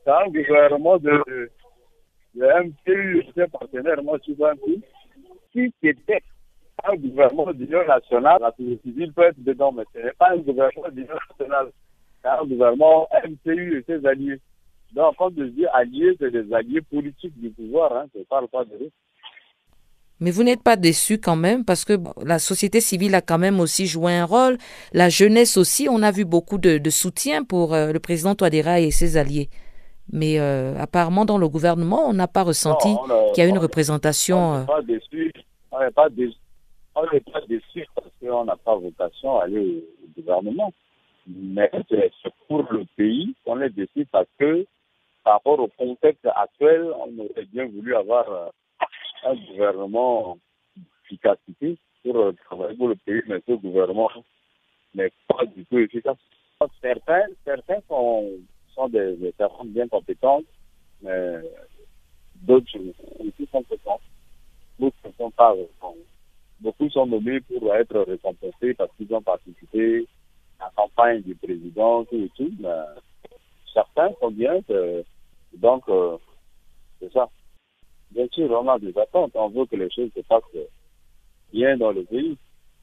C'est un gouvernement de MPU, c'est partenaire, moi je suis un peu. Si c'était un gouvernement d'union nationale, la société civile peut être dedans, mais ce n'est pas un gouvernement d'union nationale. C'est un gouvernement MPU et ses alliés. Donc, quand je dis alliés, c'est des alliés politiques du pouvoir, hein, je ne parle pas de eux. Mais vous n'êtes pas déçu quand même parce que la société civile a quand même aussi joué un rôle. La jeunesse aussi, on a vu beaucoup de soutien pour le président Touadéra et ses alliés. Mais apparemment, dans le gouvernement, on n'a pas Non, ressenti qu'il y a une on représentation. n'est pas déçu. On n'est pas déçu. On n'est pas déçu parce qu'on n'a pas vocation à aller au gouvernement. Mais c'est pour le pays qu'on est déçu parce que par rapport au contexte actuel, on aurait bien voulu avoir un gouvernement d'efficacité pour travailler pour le pays, mais ce gouvernement n'est pas du tout efficace. Certains sont des personnes bien compétentes, mais d'autres aussi compétents. D'autres ne sont pas. Beaucoup sont nommés pour être récompensés parce qu'ils ont participé à la campagne du président, tout et tout. Mais certains sont bien, donc c'est ça. Bien sûr, on a des attentes. On veut que les choses se passent bien dans le pays.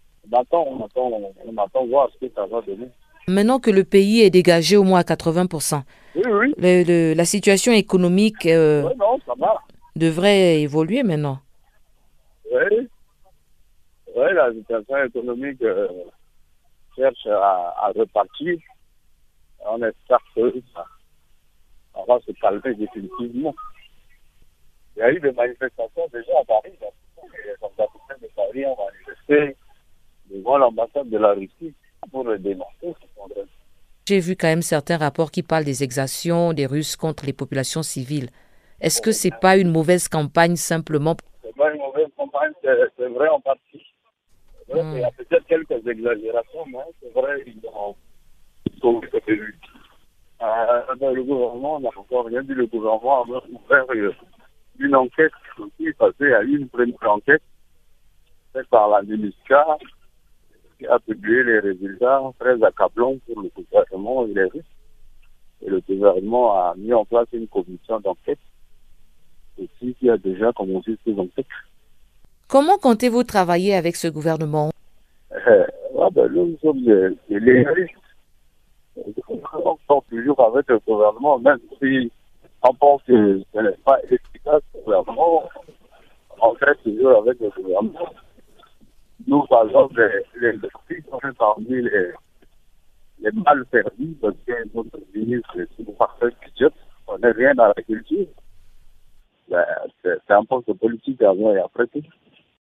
On attend voir ce que ça va donner. Maintenant que le pays est dégagé au moins à 80%, Oui, oui. la situation économique Oui, non, ça va. devrait évoluer maintenant. Oui, oui, la situation économique cherche à repartir. On espère que ça va se calmer définitivement. Il y a eu des manifestations déjà à Paris. Les habitants de Paris ont manifesté devant l'ambassade de la Russie pour le dénoncer. J'ai vu quand même certains rapports qui parlent des exactions des Russes contre les populations civiles. Est-ce que c'est pas une mauvaise campagne simplement? C'est pas une mauvaise campagne, c'est vrai en partie. C'est vrai qu'il y a peut-être quelques exagérations, mais c'est vrai qu'ils ont sauvé ce pays. Le gouvernement n'a encore rien dit. Le gouvernement a ouvert une enquête qui est passée à une première enquête faite par la MINUSCA qui a publié les résultats très accablants pour le gouvernement et les Russes. Et le gouvernement a mis en place une commission d'enquête aussi qui a déjà commencé ses enquêtes. Comment comptez-vous travailler avec ce gouvernement? Nous sommes des légalistes. On sort toujours avec le gouvernement, même si on pense que ce n'est pas efficace, le gouvernement, on fait toujours avec le gouvernement. Nous, par exemple, les prix sont parmi les mal servis parce que notre ministre, c'est pour faire budget, on n'est rien dans la culture. C'est un poste politique avant et après tout.